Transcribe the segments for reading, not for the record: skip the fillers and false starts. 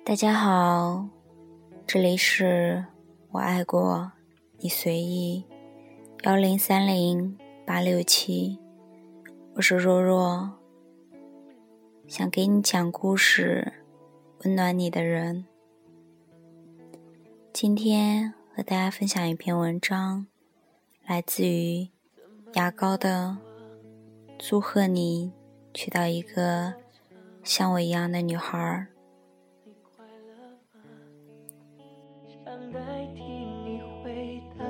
大家好，这里是我爱过你随意1030867，我是若若，想给你讲故事，温暖你的人。今天和大家分享一篇文章，来自于牙膏的祝贺你娶到一个像我一样的女孩。 想代替你回答，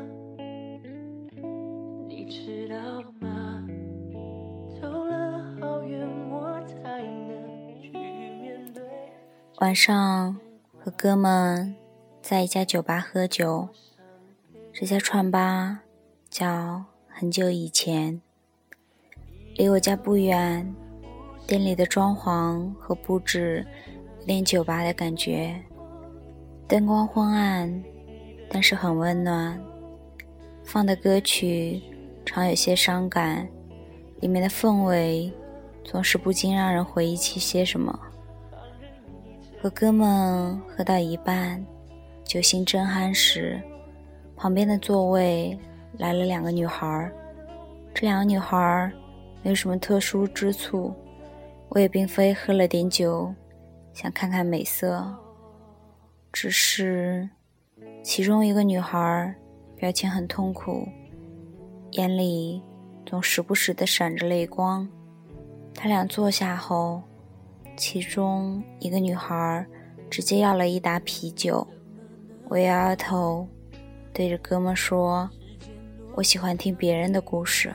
你知道吗？走了好远我才能去面对。 晚上和哥们在一家酒吧喝酒，这家串吧叫很久以前，离我家不远，店里的装潢和布置有点酒吧的感觉，灯光昏暗，但是很温暖，放的歌曲常有些伤感，里面的氛围总是不禁让人回忆起些什么。和哥们喝到一半，酒兴正酣时，旁边的座位来了两个女孩。这两个女孩没有什么特殊之处，我也并非喝了点酒想看看美色，只是其中一个女孩表情很痛苦，眼里总时不时地闪着泪光。她俩坐下后，其中一个女孩直接要了一打啤酒，我摇摇头，对着哥们说，我喜欢听别人的故事。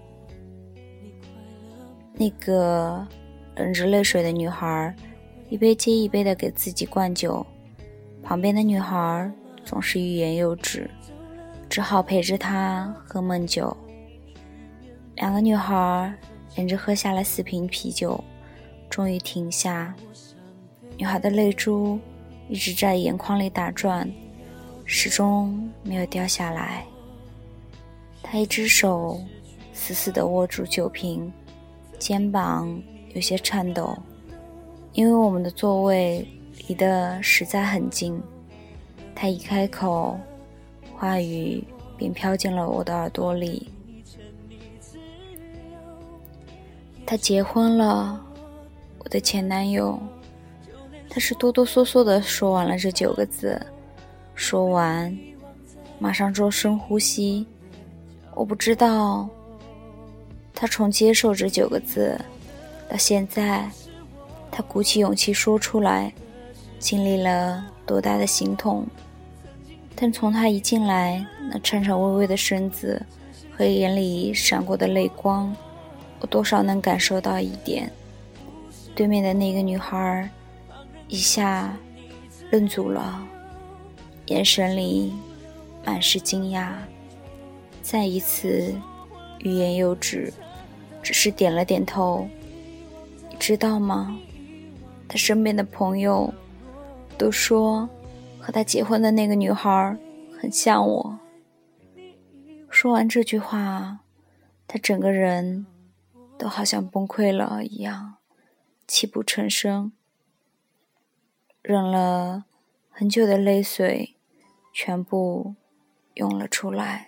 那个忍着泪水的女孩一杯接一杯地给自己灌酒，旁边的女孩总是欲言又止，只好陪着她喝闷酒。两个女孩连着喝下了4瓶啤酒，终于停下。女孩的泪珠一直在眼眶里打转，始终没有掉下来。她一只手死死地握住酒瓶，肩膀有些颤抖，因为我们的座位离得实在很近。她一开口，话语便飘进了我的耳朵里。他结婚了，我的前男友。他是哆哆嗦嗦地说完了这9个字，说完马上做深呼吸。我不知道他从接受这9个字到现在，他鼓起勇气说出来经历了多大的心痛，但从他一进来那颤颤巍巍的身子和眼里闪过的泪光，我多少能感受到一点。对面的那个女孩一下愣住了，眼神里满是惊讶，再一次欲言又止，只是点了点头。你知道吗？他身边的朋友都说和他结婚的那个女孩很像我。说完这句话，他整个人都好像崩溃了一样，泣不成声，忍了很久的泪水全部涌了出来，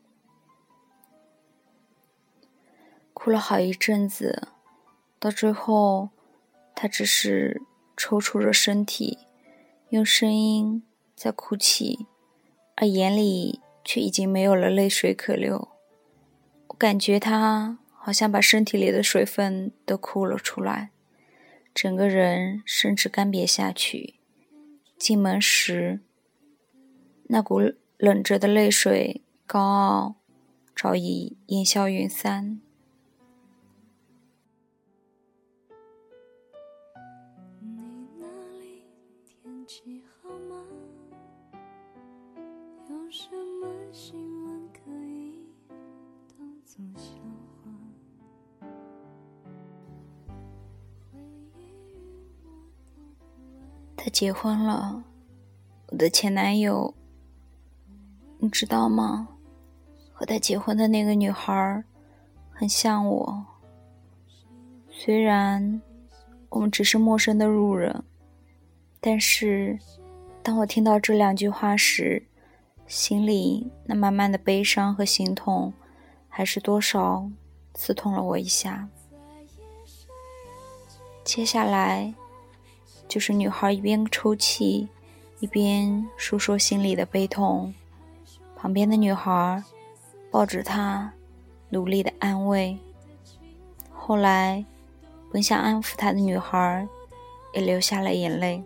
哭了好一阵子，到最后他只是抽搐着身体，用声音在哭泣，而眼里却已经没有了泪水可流。我感觉他好像把身体里的水分都哭了出来，整个人甚至干瘪下去。进门时，那股冷着的泪水高傲早已烟消云散。 你那里天气好吗？有什么新闻可以当作笑话？ 他结婚了，我的前男友，你知道吗？和他结婚的那个女孩很像我，虽然我们只是陌生的路人， 但是当我听到这2句话时，心里那满满的悲伤和心痛还是多少刺痛了我一下。接下来就是女孩一边抽泣一边诉说心里的悲痛，旁边的女孩抱着她努力的安慰。后来本想安抚她的女孩也流下了眼泪。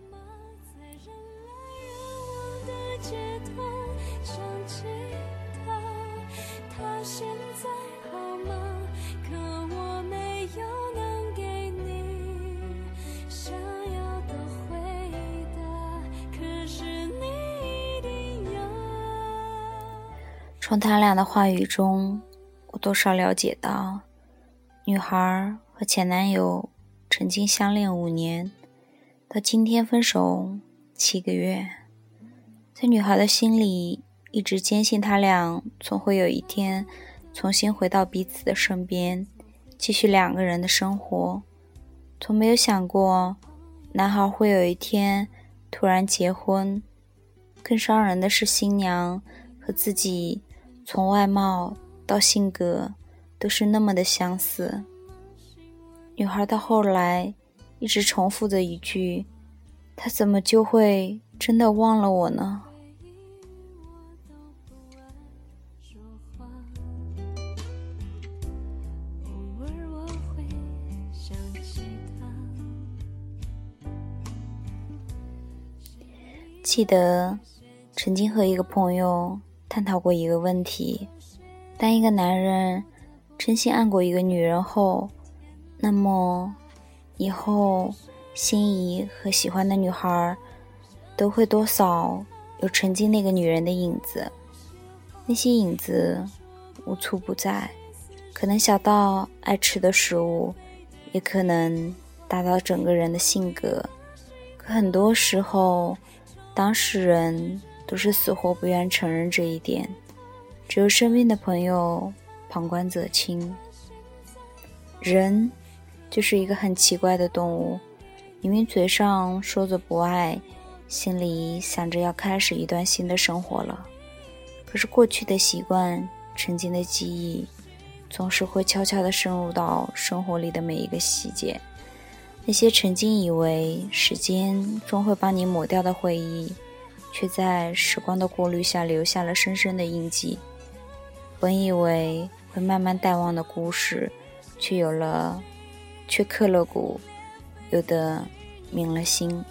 从他俩的话语中，我多少了解到，女孩和前男友曾经相恋5年，到今天分手7个月。在女孩的心里，一直坚信他俩总会有一天重新回到彼此的身边，继续2个人的生活。从没有想过，男孩会有一天突然结婚。更伤人的是，新娘和自己从外貌到性格都是那么的相似。女孩到后来一直重复着一句，他怎么就会真的忘了我呢？记得曾经和一个朋友探讨过一个问题，当一个男人真心爱过一个女人后，那么以后心仪和喜欢的女孩都会多少有曾经那个女人的影子。那些影子无处不在，可能小到爱吃的食物，也可能大到整个人的性格。可很多时候当事人都是死活不愿承认这一点，只有身边的朋友旁观者清。人就是一个很奇怪的动物，明明嘴上说着不爱，心里想着要开始一段新的生活了，可是过去的习惯，曾经的记忆，总是会悄悄地深入到生活里的每一个细节。那些曾经以为时间终会帮你抹掉的回忆，却在时光的过滤下留下了深深的印记。本以为会慢慢淡忘的故事，却刻了骨，有的铭了心。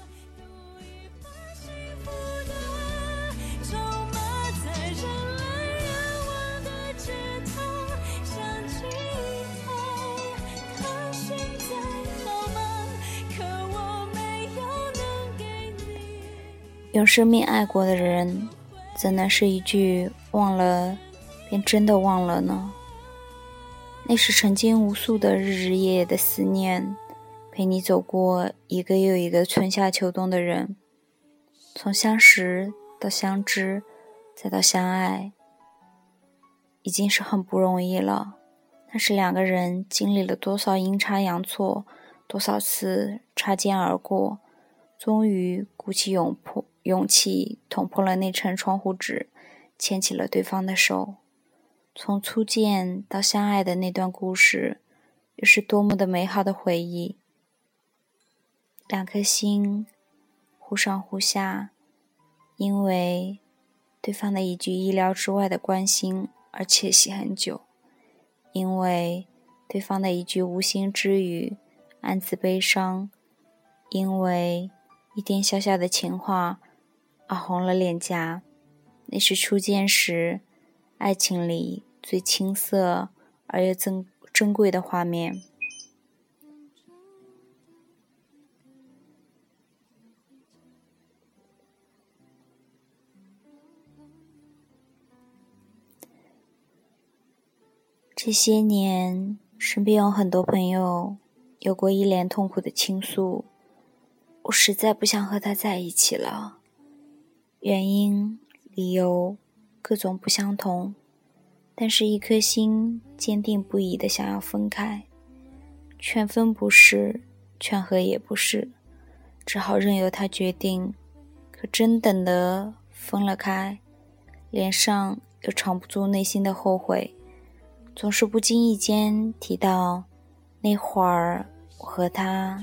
用生命爱过的人，怎能是一句忘了便真的忘了呢？那是曾经无数的日日夜夜的思念，陪你走过一个又一个春夏秋冬的人，从相识到相知再到相爱，已经是很不容易了。但是2个人经历了多少阴差阳错，多少次擦肩而过，终于鼓起勇气捅破了那层窗户纸，牵起了对方的手。从初见到相爱的那段故事，又是多么的美好的回忆。2颗心忽上忽下，因为对方的一句意料之外的关心而窃喜很久，因为对方的一句无心之语暗自悲伤，因为一点小小的情话而红了脸颊。那是初见时爱情里最青涩而又珍贵的画面。这些年，身边有很多朋友有过一脸痛苦的倾诉，我实在不想和他在一起了。原因、理由各种不相同，但是一颗心坚定不移地想要分开。劝分不是，劝和也不是， 只好任由他决定。可真等得分了开，脸上又藏不住内心的后悔，总是不经意间提到那会儿我和他。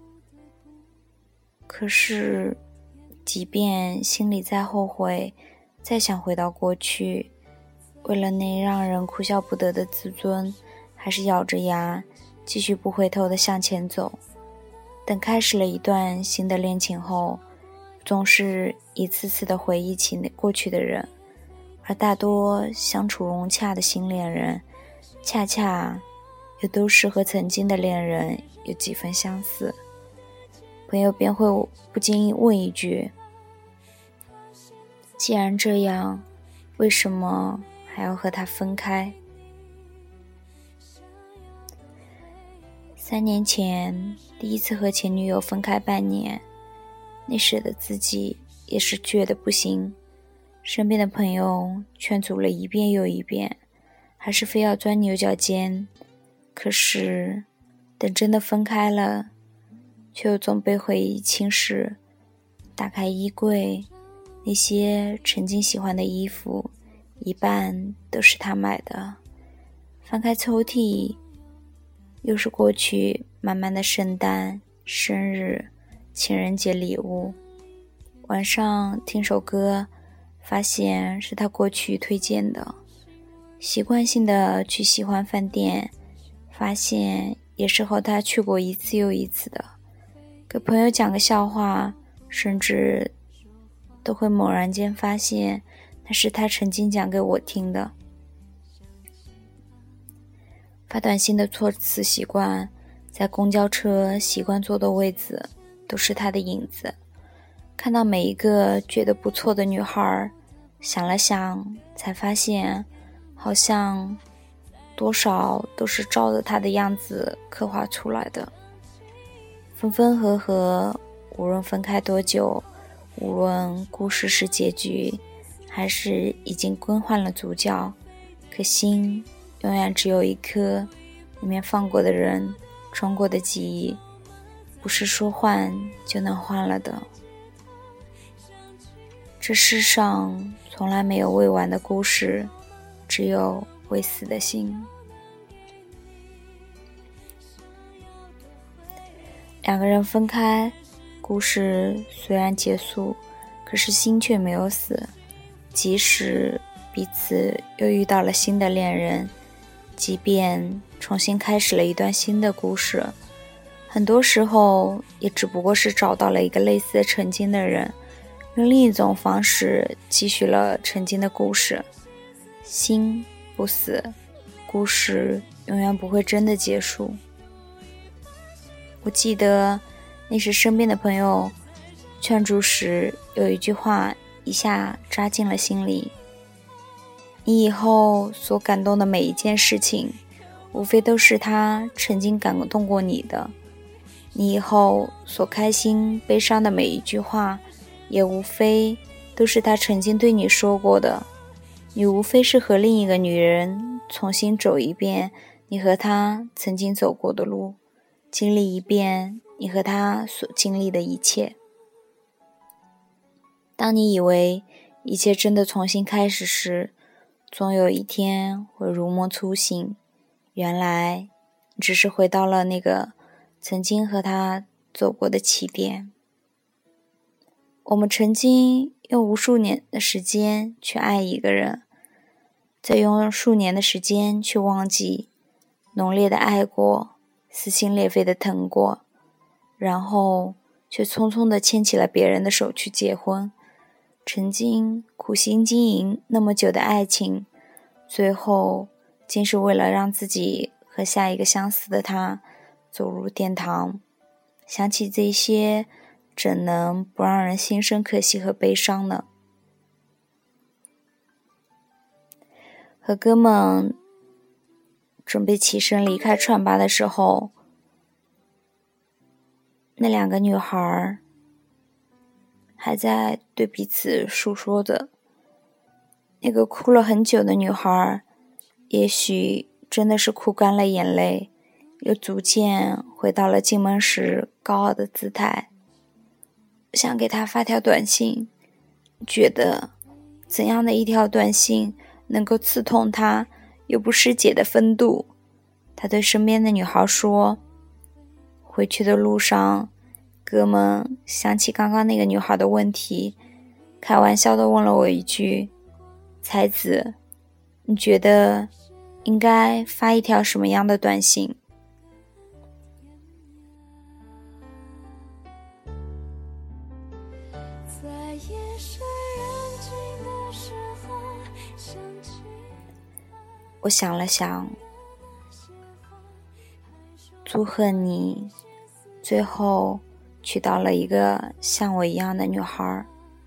可是即便心里再后悔，再想回到过去，为了那让人哭笑不得的自尊，还是咬着牙继续不回头地向前走。等开始了一段新的恋情后，总是一次次地回忆起过去的人，而大多相处融洽的新恋人，恰恰又都是和曾经的恋人有几分相似。朋友便会不经意问一句，既然这样，为什么还要和他分开？3年前第一次和前女友分开半年，那时的自己也是倔得不行，身边的朋友劝阻了一遍又一遍，还是非要钻牛角尖。可是等真的分开了，却又总被回忆侵蚀。打开衣柜，那些曾经喜欢的衣服一半都是他买的，翻开抽屉，又是过去满满的圣诞、生日、情人节礼物。晚上听首歌，发现是他过去推荐的。习惯性的去喜欢饭店，发现也是和他去过一次又一次的。给朋友讲个笑话，甚至都会猛然间发现那是他曾经讲给我听的。发短信的措辞习惯，在公交车习惯坐的位子都是他的影子。看到每一个觉得不错的女孩，想了想才发现好像多少都是照着他的样子刻画出来的。分分合合，无论分开多久，无论故事是结局还是已经更换了主角，可心永远只有一颗，里面放过的人，装过的记忆，不是说换就能换了的。这世上从来没有未完的故事，只有未死的心。两个人分开，故事虽然结束，可是心却没有死。即使彼此又遇到了新的恋人，即便重新开始了一段新的故事，很多时候也只不过是找到了一个类似曾经的人，用另一种方式继续了曾经的故事。心不死，故事永远不会真的结束。我记得那时身边的朋友劝阻时，有一句话一下扎进了心里：你以后所感动的每一件事情，无非都是他曾经感动过你的；你以后所开心悲伤的每一句话，也无非都是他曾经对你说过的。你无非是和另一个女人重新走一遍你和他曾经走过的路，经历一遍你和他所经历的一切。当你以为一切真的重新开始时，总有一天会如梦初醒，原来你只是回到了那个曾经和他走过的起点。我们曾经用无数年的时间去爱一个人，再用数年的时间去忘记，浓烈的爱过，撕心裂肺的疼过，然后却匆匆地牵起了别人的手去结婚。曾经苦心经营那么久的爱情，最后竟是为了让自己和下一个相似的他走入殿堂。想起这些，怎能不让人心生可惜和悲伤呢？和哥们准备起身离开串吧的时候，那两个女孩还在对彼此诉说着。那个哭了很久的女孩，也许真的是哭干了眼泪，又逐渐回到了进门时高傲的姿态。 想给他发条短信，觉得怎样的一条短信能够刺痛他又不失解的风度。他对身边的女孩说，回去的路上，哥们想起刚刚那个女孩的问题，开玩笑地问了我一句，才子，你觉得应该发一条什么样的短信？我想了想，祝贺你最后娶到了一个像我一样的女孩。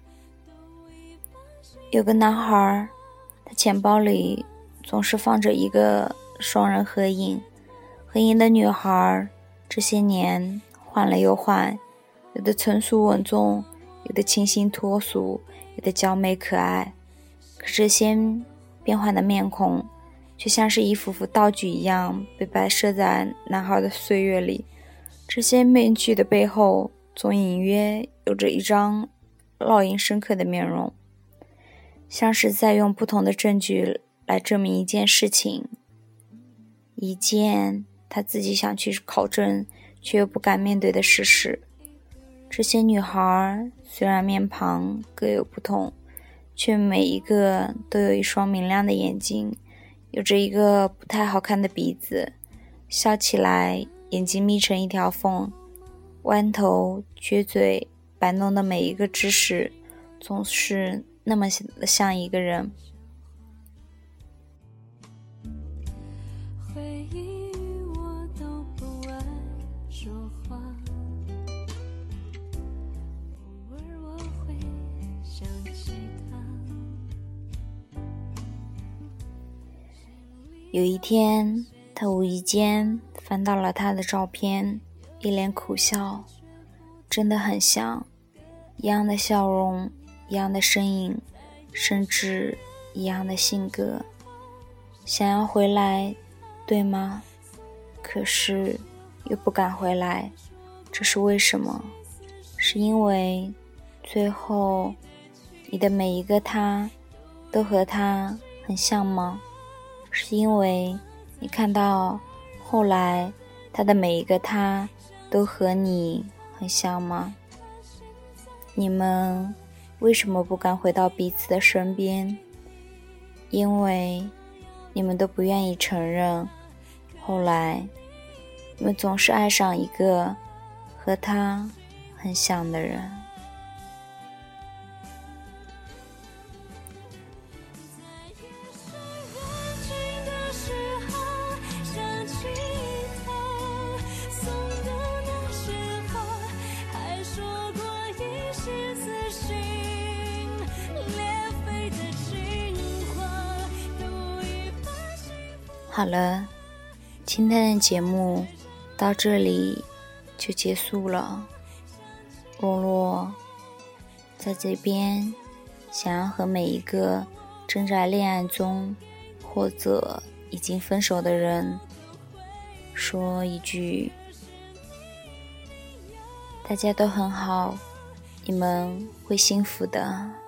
有个男孩，他钱包里总是放着一个双人合影，合影的女孩这些年换了又换，有的成熟稳重，有的清新脱俗，有的娇美可爱。可这些变换的面孔却像是一幅幅道具一样被摆设在男孩的岁月里。这些面具的背后总隐约有着一张烙印深刻的面容，像是在用不同的证据来证明一件事情，一件他自己想去考证却又不敢面对的事实。这些女孩虽然面庞各有不同，却每一个都有一双明亮的眼睛，有着一个不太好看的鼻子，笑起来眼睛眯成一条缝，弯头撅嘴摆弄的每一个姿势总是那么像一个人。 回忆我都不爱说话，偶尔我会想起他。 有一天，他无意间翻到了他的照片，一脸苦笑，真的很像，一样的笑容，一样的身影，甚至一样的性格。想要回来，对吗？可是又不敢回来，这是为什么？是因为最后你的每一个他都和他很像吗？是因为你看到后来他的每一个他都和你很像吗？你们为什么不敢回到彼此的身边？因为你们都不愿意承认，后来你们总是爱上一个和他很像的人。好了，今天的节目到这里就结束了。洛洛在这边想要和每一个正在恋爱中或者已经分手的人说一句，大家都很好，你们会幸福的。